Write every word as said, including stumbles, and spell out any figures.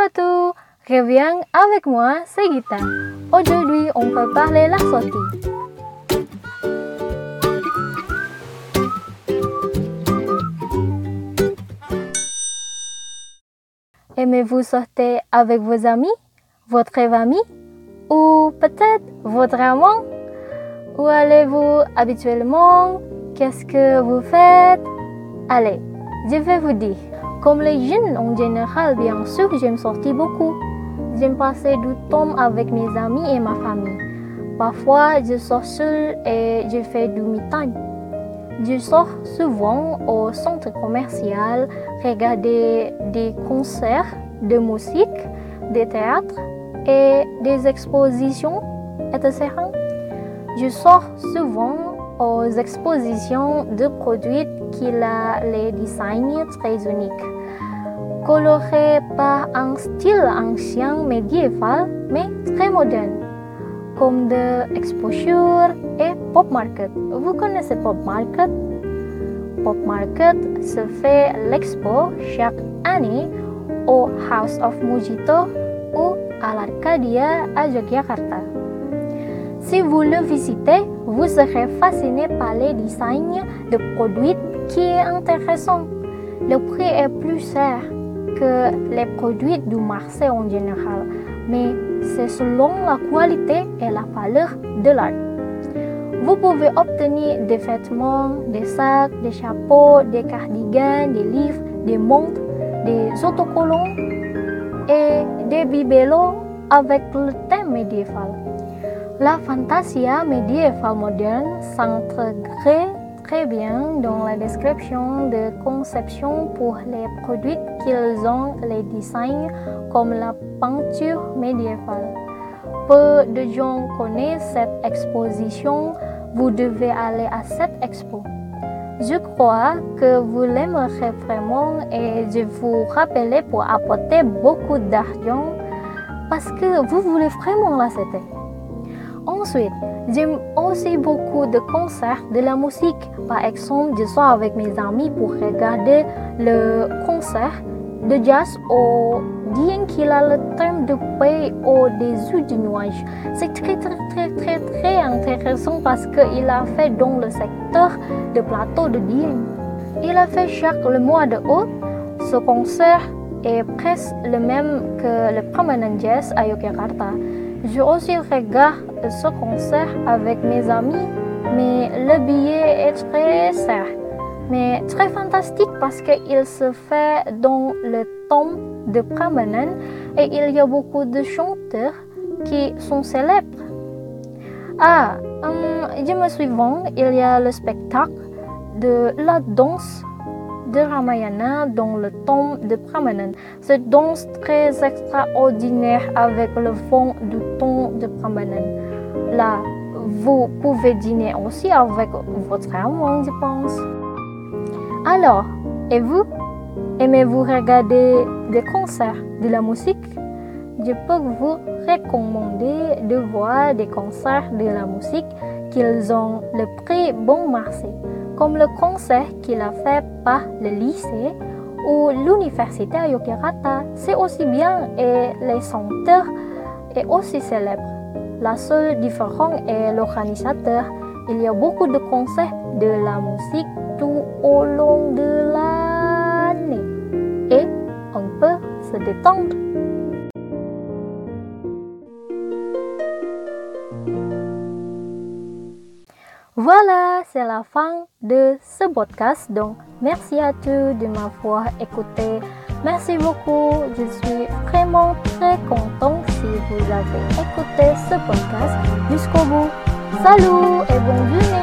à tous, reviens avec moi, c'est Gita. Aujourd'hui, on va parler la sortie. Aimez-vous sortir avec vos amis, votre famille ou peut-être votre amant? Où allez-vous habituellement? Qu'est-ce que vous faites? Allez, je vais vous dire. Comme les jeunes en général, bien sûr, j'aime sortir beaucoup. J'aime passer du temps avec mes amis et ma famille. Parfois, je sors seule et je fais du me-time. Je sors souvent au centre commercial, regarder des concerts de musique, des théâtres et des expositions, et cetera. Je sors souvent aux expositions de produits qui ont les designs très uniques, colorés par un style ancien médiéval mais très moderne, comme de Exposure et Pop Market. Vous connaissez Pop Market? Pop Market se fait l'expo chaque année au House of Mojito ou à l'Arcadia à Yogyakarta. Si vous le visitez, vous serez fasciné par les designs de produits qui est intéressant. Le prix est plus cher que les produits du marché en général, mais c'est selon la qualité et la valeur de l'art. Vous pouvez obtenir des vêtements, des sacs, des chapeaux, des cardigans, des livres, des montres, des autocollants et des bibelots avec le thème médiéval. La fantasia médiévale moderne s'intègre très bien dans la description de conception pour les produits qu'ils ont les designs comme la peinture médiévale. Peu de gens connaissent cette exposition, vous devez aller à cette expo. Je crois que vous l'aimerez vraiment et je vous rappelle pour apporter beaucoup d'argent parce que vous voulez vraiment l'acheter. Ensuite, j'aime aussi beaucoup de concerts de la musique. Par exemple, je sors avec mes amis pour regarder le concert de jazz au Dieng qu'il a le thème de paix au-dessus du nuage. C'est très très très très très intéressant parce qu'il a fait dans le secteur de plateau de Dieng. Il a fait chaque le mois de août. Ce concert est presque le même que le Permanent Jazz à Yogyakarta. Je aussi regarde ce concert avec mes amis, mais le billet est très cher, mais très fantastique parce qu'il se fait dans le temps de Permanent et il y a beaucoup de chanteurs qui sont célèbres. Ah, hum, je me souviens, il y a le spectacle de la danse de Ramayana dans le temps de Permanent. Cette danse très extraordinaire avec le fond du temps de Permanent. Là, vous pouvez dîner aussi avec votre amant, je pense. Alors, et vous? Aimez-vous regarder des concerts de la musique? Je peux vous recommander de voir des concerts de la musique qu'ils ont le prix bon marché, comme le concert qu'il a fait par le lycée ou l'université à Yogyakarta. C'est aussi bien et les chanteurs est aussi célèbre. La seule différence est l'organisateur. Il y a beaucoup de concerts de la musique tout au long de l'année et on peut se détendre. Voilà, c'est la fin de ce podcast. Donc, merci à tous de m'avoir écouté. Merci beaucoup. Je suis vraiment très content si vous avez écouté ce podcast jusqu'au bout. Salut et bonne journée.